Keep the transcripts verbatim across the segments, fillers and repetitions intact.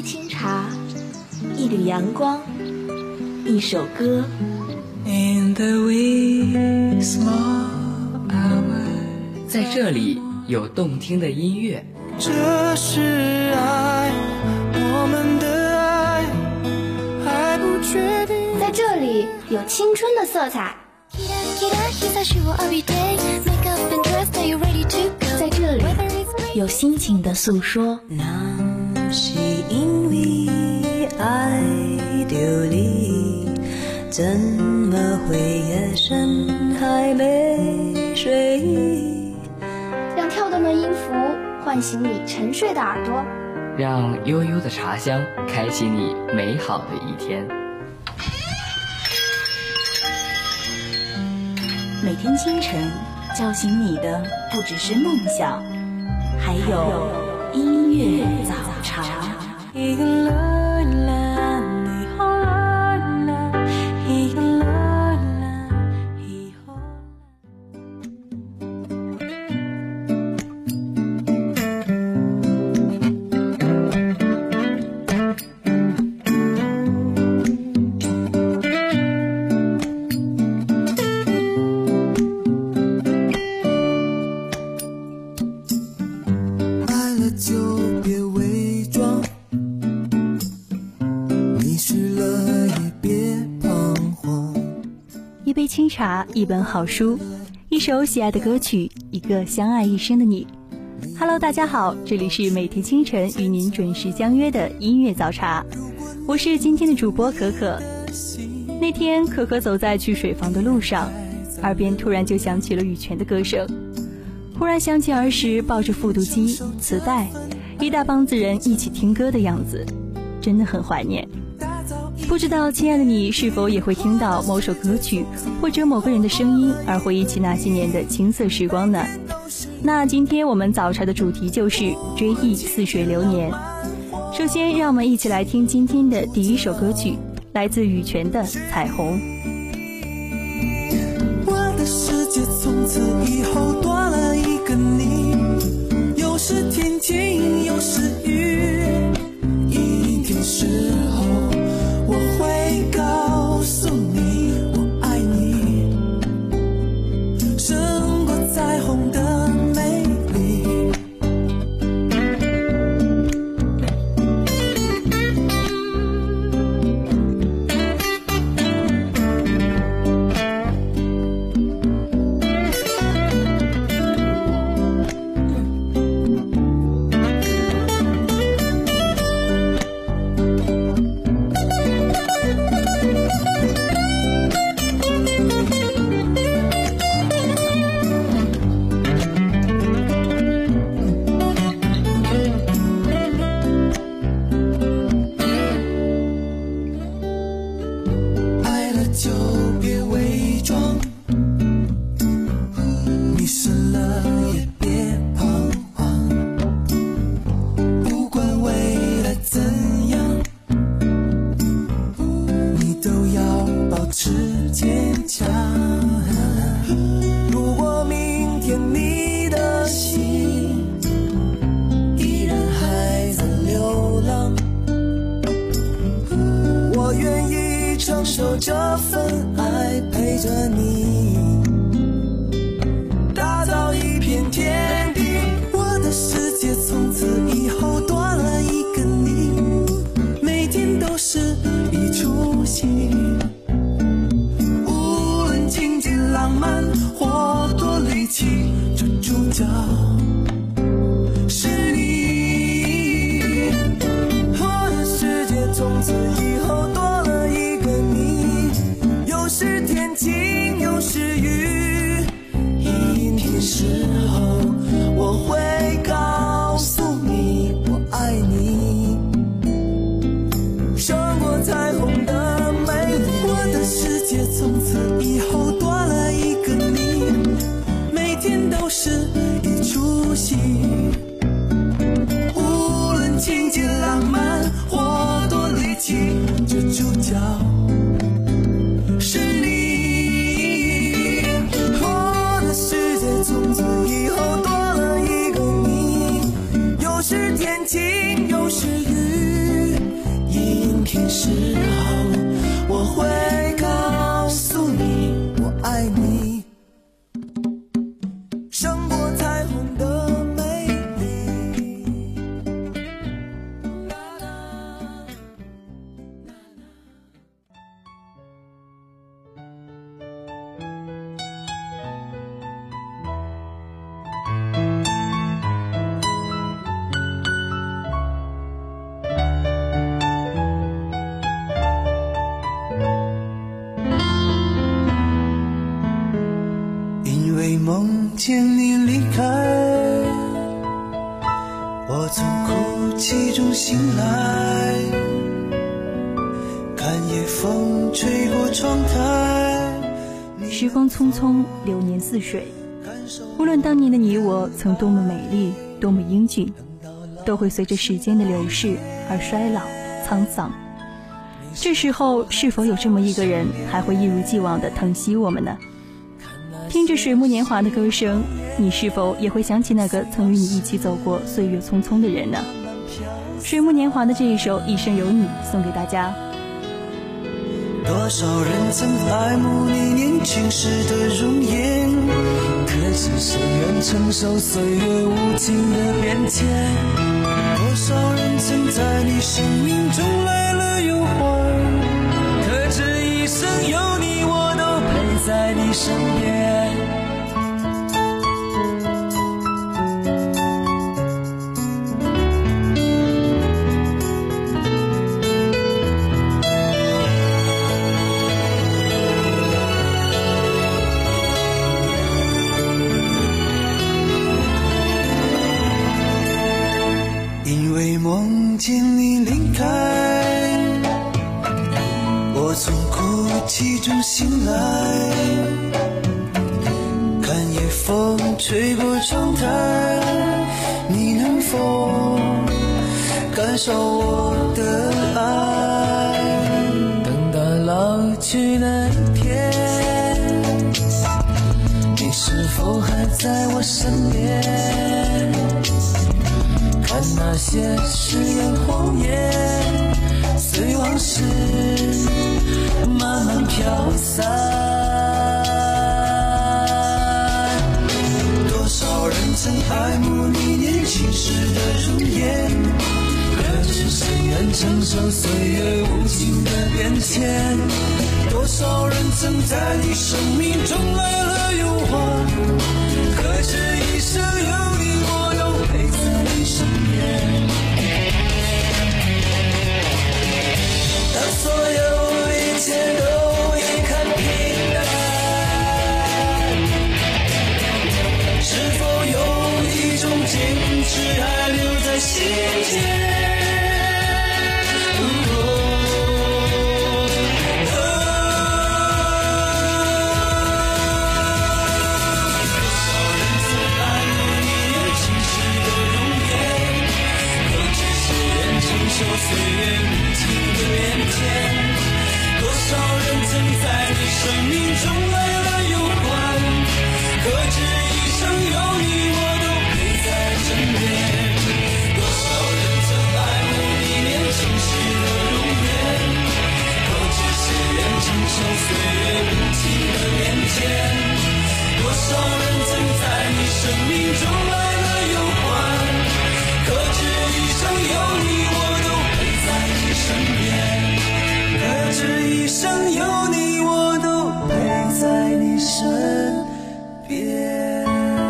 清茶，一缕阳光，一首歌。 In the wee small hour， 在这里有动听的音乐， 这是爱，我们的爱还不确定。 在这里有青春的色彩，在这里有心情的诉说。 那是因为爱着你，怎么会夜深还没睡意？ 让跳动的音符唤醒你沉睡的耳朵， 让悠悠的茶香开启你美好的一天。 每天清晨叫醒你的不只是梦想，还有音乐早茶。 一杯清茶，一本好书，一首喜爱的歌曲，一个相爱一生的你。Hello， 大家好，这里是每天清晨与您准时相约的音乐早茶，我是今天的主播可可。那天可可走在去水房的路上，耳边突然就响起了羽泉的歌声，忽然想起儿时抱着复读机、磁带，一大帮子人一起听歌的样子，真的很怀念。不知道亲爱的你是否也会听到某首歌曲或者某个人的声音而回忆起那些年的青涩时光呢？那今天我们早茶的主题就是追忆似水流年。首先让我们一起来听今天的第一首歌曲，来自羽泉的《彩虹》。 我的世界从此以后多了一个你，有时天晴有时雨，一天时候我会告诉你我爱你，胜过彩虹的美丽。这份爱陪着你，打造一片天地。我的世界从此以后多了一个你，每天都是一出戏。无论情节浪漫或多离奇，这主角是你。我的世界从此以后多了一个你，有时天晴有时雨，阴天时候我会告诉你我爱你，胜过彩虹的美丽。我的世界从此以后多了一个你，每天都是一出戏。无论情节浪漫或多离奇，这主角是你。我的世界从此以后多了一个你，有时天晴有时雨， 时候，我会告诉你我爱你，胜过彩虹的美丽。因为梦见你离开，我从哭泣中醒来，看夜风吹过窗台。 时光匆匆，流年似水，无论当年的你我曾多么美丽，多么英俊，都会随着时间的流逝而衰老沧桑。这时候是否有这么一个人还会一如既往地疼惜我们呢？听着水木年华的歌声，你是否也会想起那个曾与你一起走过岁月匆匆的人呢？水木年华的这一首《一生有你》送给大家。 多少人曾爱慕你年轻时的容颜，可是谁愿承受岁月无情的变迁？多少人曾在你生命中来了又还，可这一生有你，我都陪在你身边。梦见你离开，我从哭泣中醒来，看夜风吹过窗台，你能否感受我的爱？等到老去那一天，你是否还在我身边？看那些誓言谎言，随往事慢慢飘散。多少人曾爱慕你年轻时的容颜，可是谁愿承受岁月无情的变迁？多少人曾在你生命中来了又还，可这一生有你，我都陪在你身边。当所有一切都已看平淡，是否有一种坚持还留在心间？受岁月无情的变迁，多少人曾在你生命中来了又还，可这一生有你，我都陪在身边。多少人曾爱慕你年轻时的容颜，可只是愿承受岁月无情的变迁。多少人曾在你生命中来了又还，可这一生有你，身边，可这一生有你，我都陪在你身边。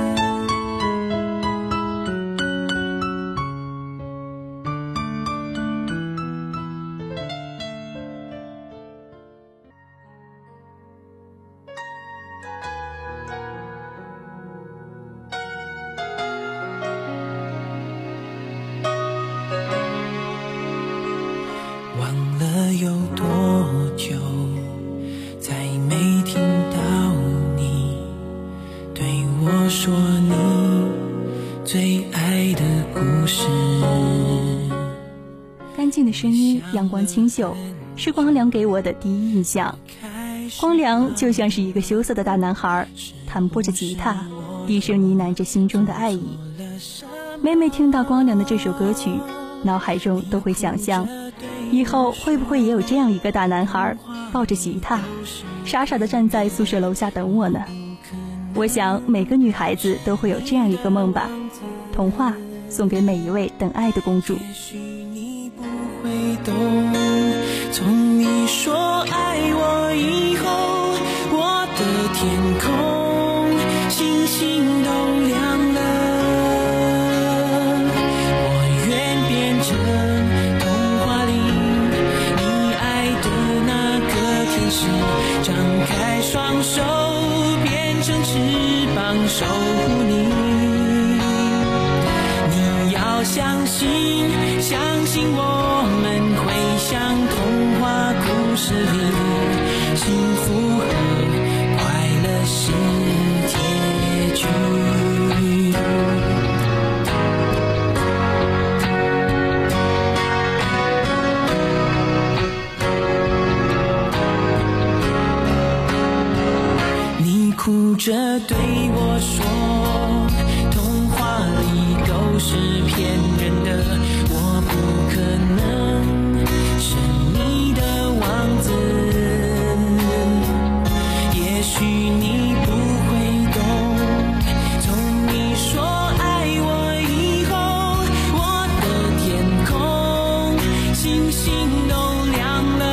忘了有多久，再没听到你对我说你最爱的故事。 干净的声音，阳光清秀，是光良给我的第一印象。光良就像是一个羞涩的大男孩，弹拨着吉他，低声呢喃着心中的爱意。每每听到光良的这首歌曲，脑海中都会想象以后会不会也有这样一个大男孩，抱着吉他傻傻地站在宿舍楼下等我呢？我想每个女孩子都会有这样一个梦吧。童话送给每一位等爱的公主。 也许你不会懂，从你说爱我以后，我的天空星星都亮了。我愿变成童话里你爱的那个天使，张开双手变成翅膀守护你。相信，相信我们会像童话故事里，幸福和快乐是结局。你哭着对我说，童话里都是骗人的，我不可能是你的王子。也许你不会懂，从你说爱我以后，我的天空星星都亮了。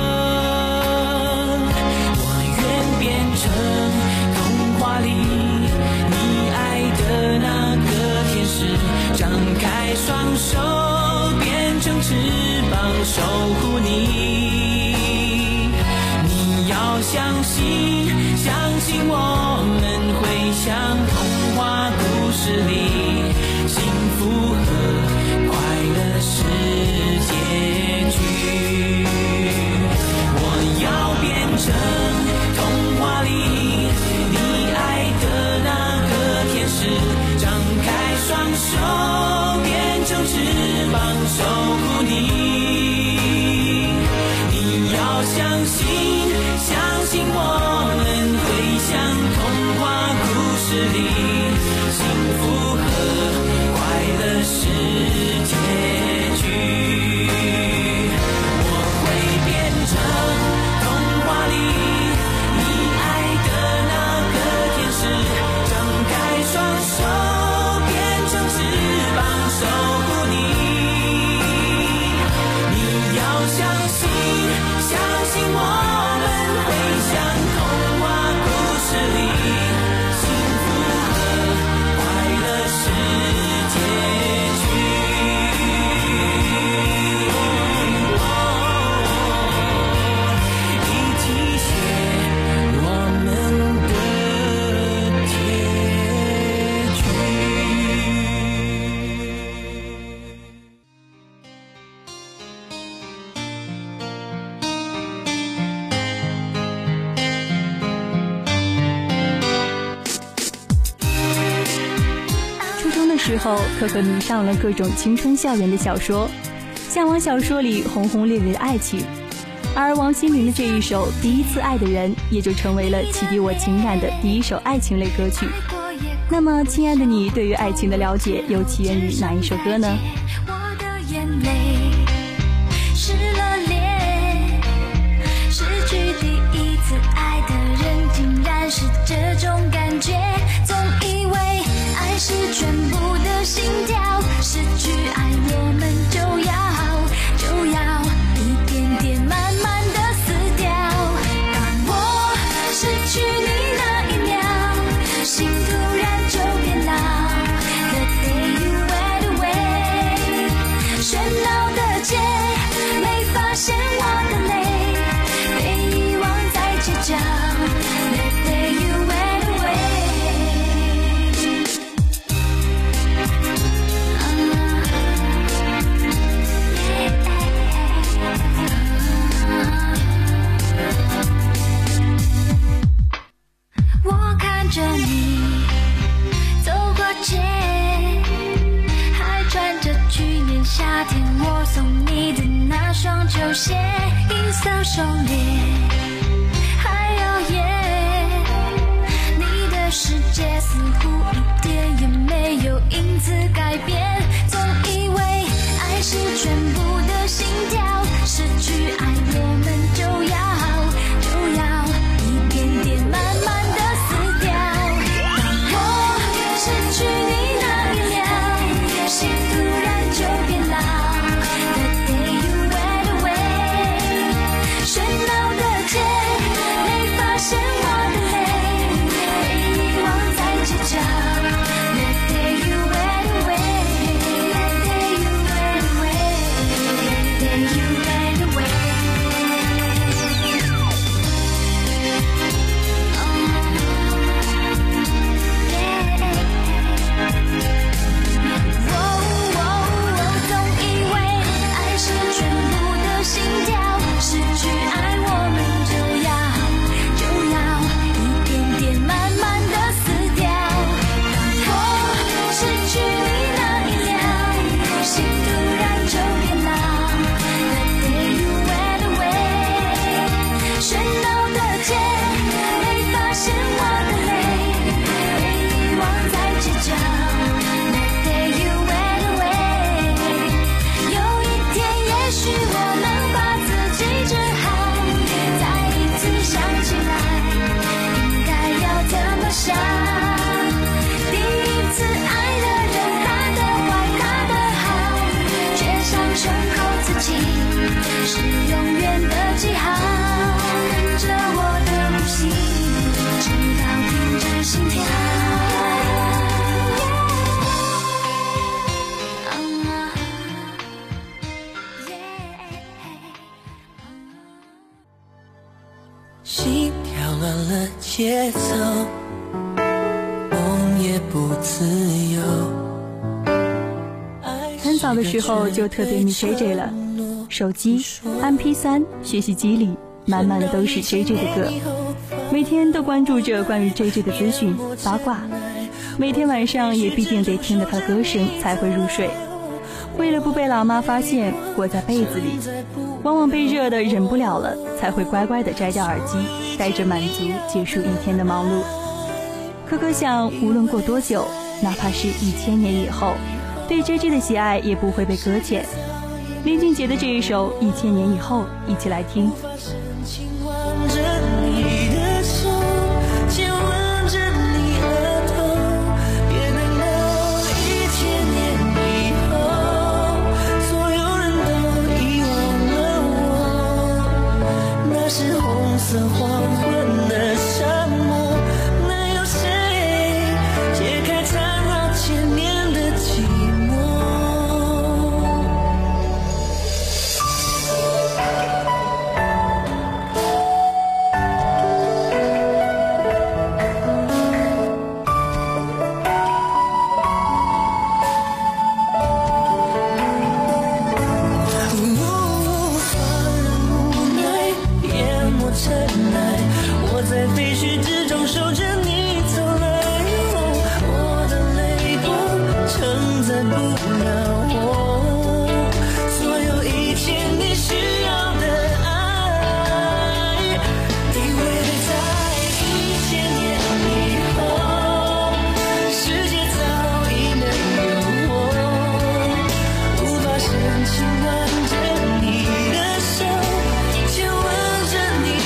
我愿变成童话里你爱的那个天使，张开双手变成翅膀守护你。你要相信，相信我们会像童话故事里，幸福和快乐是结局。我要变成童话里你爱的那个天使，张开双手变成翅膀守护你。你要相信，相信我们会像童话故事里，幸福和快乐是结局。我会变成童话里你爱的那个天使，张开双手变成翅膀守护你。你要相信，相信我们会像童话故事里，幸福和快乐是结局。一起写我们的结局。 初中的时候，可可迷上了各种青春校园的小说，向往小说里轰轰烈烈的爱情，而王心凌的这一首《第一次爱的人》也就成为了启迪我情感的第一首爱情类歌曲。那么，亲爱的你对于爱情的了解又起源于哪一首歌呢？ 我的眼泪湿了脸，失去第一次爱的人，竟然是这种感觉。总以为爱是全部的心跳，失去爱我们就要就要一点点慢慢的死掉。当我失去你那一秒，心突然就变老。The day you went away， 喧闹的街没发现我的泪，被遗忘在街角。The day you went away。我看着你走过街，还穿着去年夏天我送你的那双球鞋，银色手链还有夜，你的世界似乎一点也没有因此改变。总以为爱是全部的心跳， 节奏，梦也不自由。 很早的时候就特别迷 J J 了，手机 M P 三 学习机里满满的都是 J J 的歌，每天都关注着关于 J J 的资讯八卦，每天晚上也必定得听着他的歌声才会入睡。为了不被老妈发现，裹在被子里，往往被热得忍不了了，才会乖乖地摘掉耳机，带着满足结束一天的忙碌。可可想，无论过多久，哪怕是一千年以后，对 J J 的喜爱也不会被搁浅。林俊杰的这一首《一千年以后》，一起来听。 色黄昏的沙漠，能有谁解开缠绕千年的寂寞？我在废墟之中守着你走来，我的泪光承载不了我所有一切你需要的爱，因为在一千年以后，世界早已没有我，无法深情挽着你的手，亲吻着你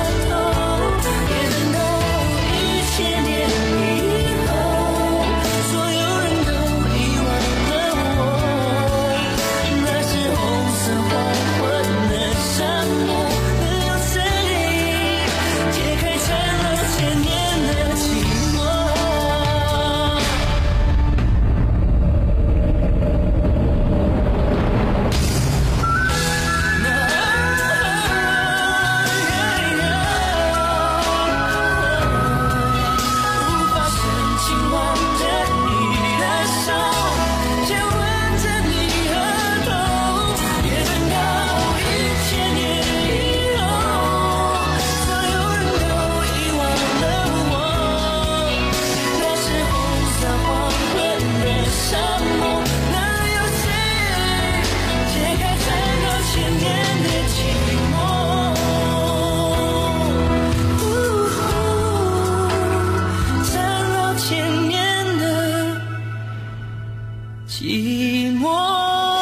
寂寞。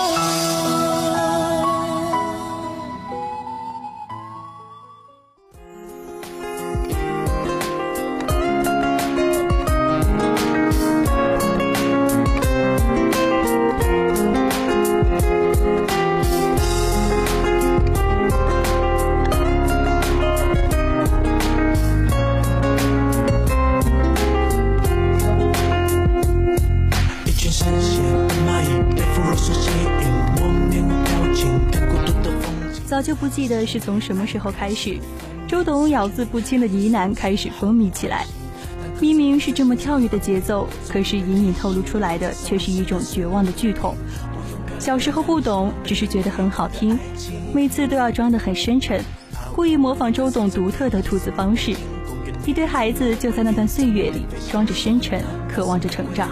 早就不记得是从什么时候开始，周董咬字不清的呢喃开始风靡起来。明明是这么跳跃的节奏，可是隐隐透露出来的却是一种绝望的剧痛。小时候不懂，只是觉得很好听，每次都要装得很深沉，故意模仿周董独特的吐字方式。一堆孩子就在那段岁月里装着深沉，渴望着成长。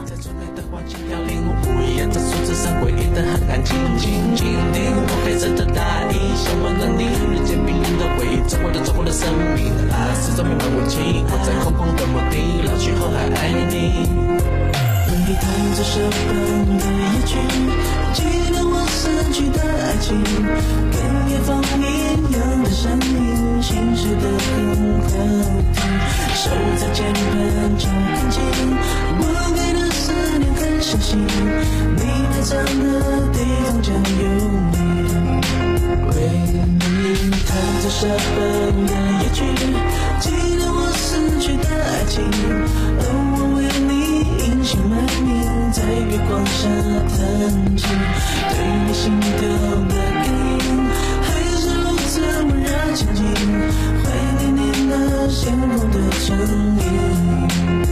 在数字上回忆的很安静，静静听我黑色的大衣，想忘了你，日渐冰冷的回忆，走过的走过的生命，啊，始终明白无情，我在空空的墓地，老去后还爱你。问题弹着手旁的夜曲，记得我逝去的爱情，跟夜风一样的声音，心碎的很好听，手在键盘就很近，我给的思念很小心，你太长的地方就有你，为你弹着手旁的夜曲，记得我逝去的爱情，而我为你隐姓埋名，在月光下弹琴，对你心跳的感应，还是如此温柔强劲，怀念你的了心中的声音。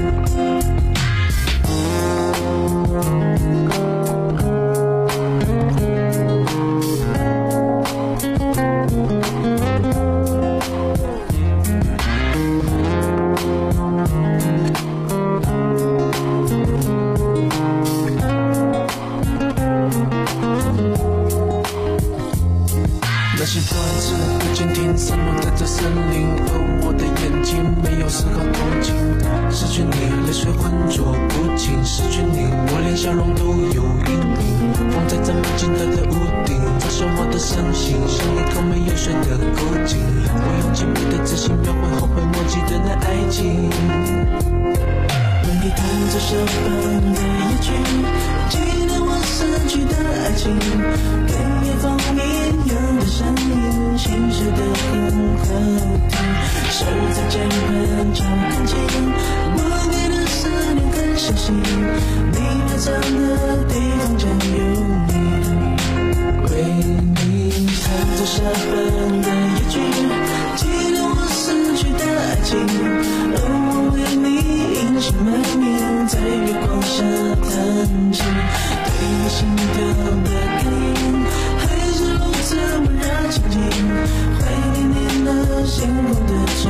那些段子不禁听散落在这森林，而我的眼睛没有丝毫同情。失去你，泪水浑浊不清；失去你，我连笑容都有阴影。放在这么近的的屋顶，照射我的伤心，像一口没有水的口井。我用精美的字形描绘后悔莫及的那爱情。为你弹着手旁的夜曲，纪念我逝去的爱情。给夜风绵扬的声音，心事的很好听。手在键盘敲感情，我给的思念更深情。你埋葬的地方将有你。为你弹着手旁的夜曲，纪念我逝去的爱情。而我为你隐姓埋名，在月光下弹琴。对你心跳的感应，还是如此温柔亲近，怀念你那心中的声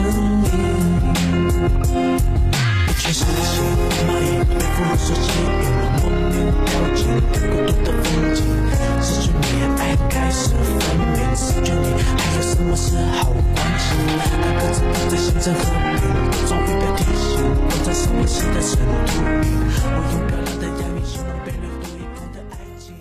音。一群事情蚂蚁被俘虏所吸引，莫名掉进孤独的风景。失去你，爱开始分明，失去你，还有什么是好关系？爱各自不在心中和平，各种预表提醒，我在生命时的尘土里，我用漂亮的押韵形容被流度一空的爱情。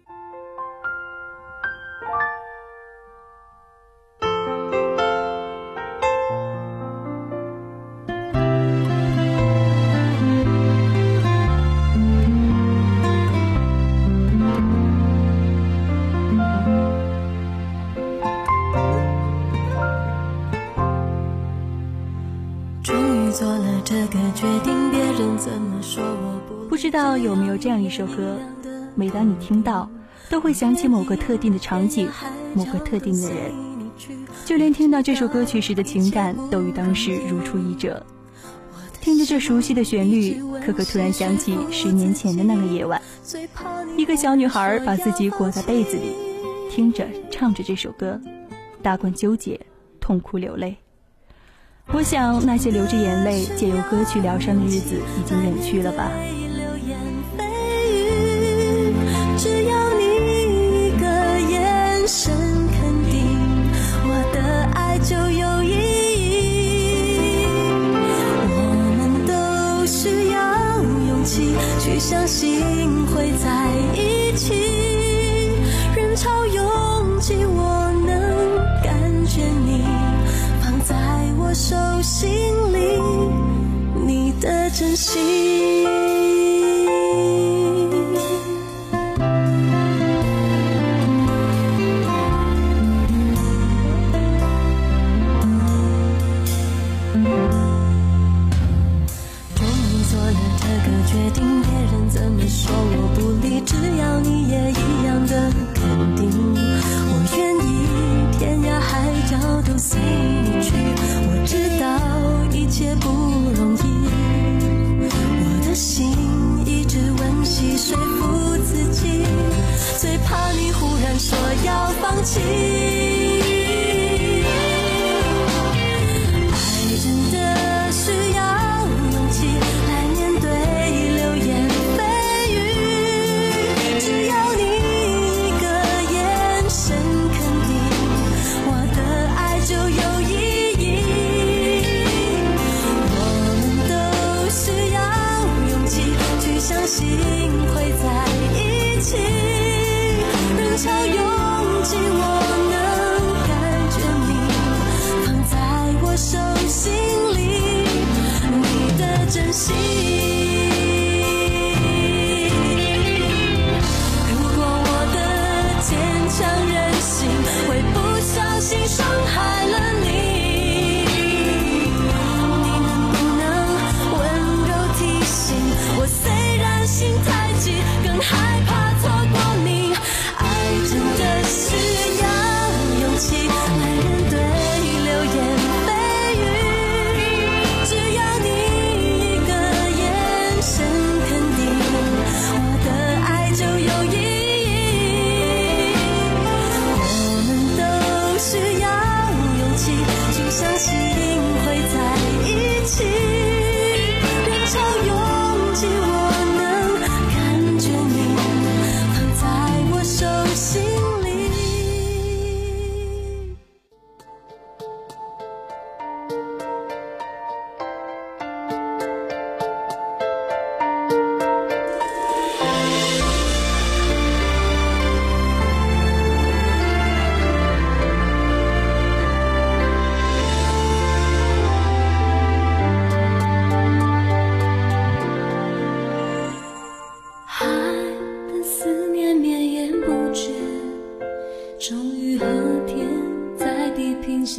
做了这个决定，别人怎么说我不不知道有没有这样一首歌，每当你听到都会想起某个特定的场景，某个特定的人，就连听到这首歌曲时的情感都与当时如出一辙。听着这熟悉的旋律，可可突然想起十年前的那个夜晚，一个小女孩把自己裹在被子里，听着唱着这首歌，大罐纠结，痛哭流泪。我想那些流着眼泪借由歌曲疗伤的日子已经远去了吧。 只要你一个眼神肯定，我的爱就有意义。我们都需要勇气去相信会在一起，人潮拥挤，我能感觉你放在我手心里，你的真心。终于做了这个决定，别人怎么说我不理，只要你也一样的肯定，我愿意天涯海角都随你去。我知道一切不容易，我的心一直温习说服自己，最怕你忽然说要放弃。爱真的需要勇气来面对流言蜚语，只要你一个眼神肯定，我的爱就有意义。我们都需要勇气去相信会在一起，人潮拥挤，我能感觉你放在我手心里，你的真心。如果我的坚强任性会不小心伤害了你，你能不能温柔提醒我，虽然心太急，更害怕错过你。爱真的需要勇气来面对流言蜚语，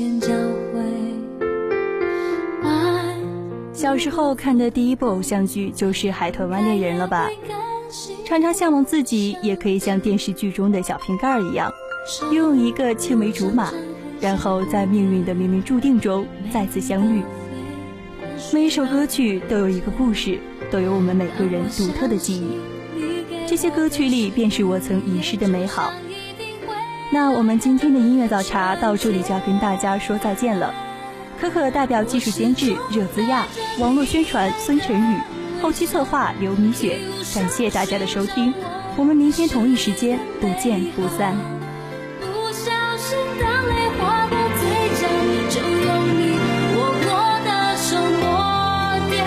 间教会爱。 小时候看的第一部偶像剧就是《海豚湾恋人》了吧？常常向往自己也可以像电视剧中的小瓶盖一样，拥有一个青梅竹马，然后在命运的冥冥注定中再次相遇。每一首歌曲都有一个故事，都有我们每个人独特的记忆，这些歌曲里便是我曾遗失的美好。那我们今天的音乐早茶到这里就要跟大家说再见了。可可代表技术监制热兹亚，网络宣传孙晨宇，后期策划刘米雪，感谢大家的收听，我们明天同一时间不见不散。 不小心当泪划过嘴角，就用你握过的手抹掉。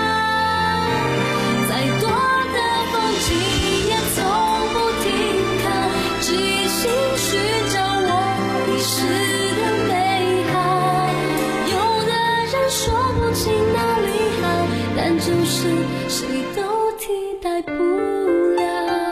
再多的风景也从不停靠，只一心寻找我遗失的美好。有的人说不清哪里好，但就是谁都替代不了。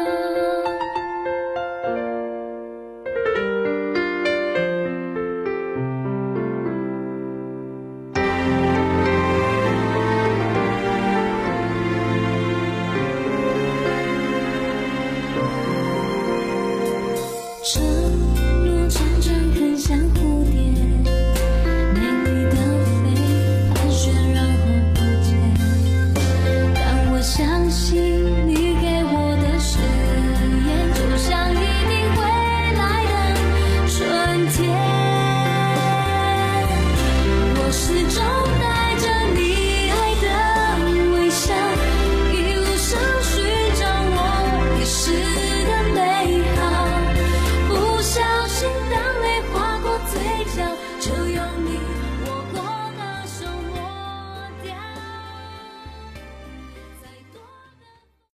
承诺常常很像蝴蝶，美丽的飞盘旋然后不见。但我相信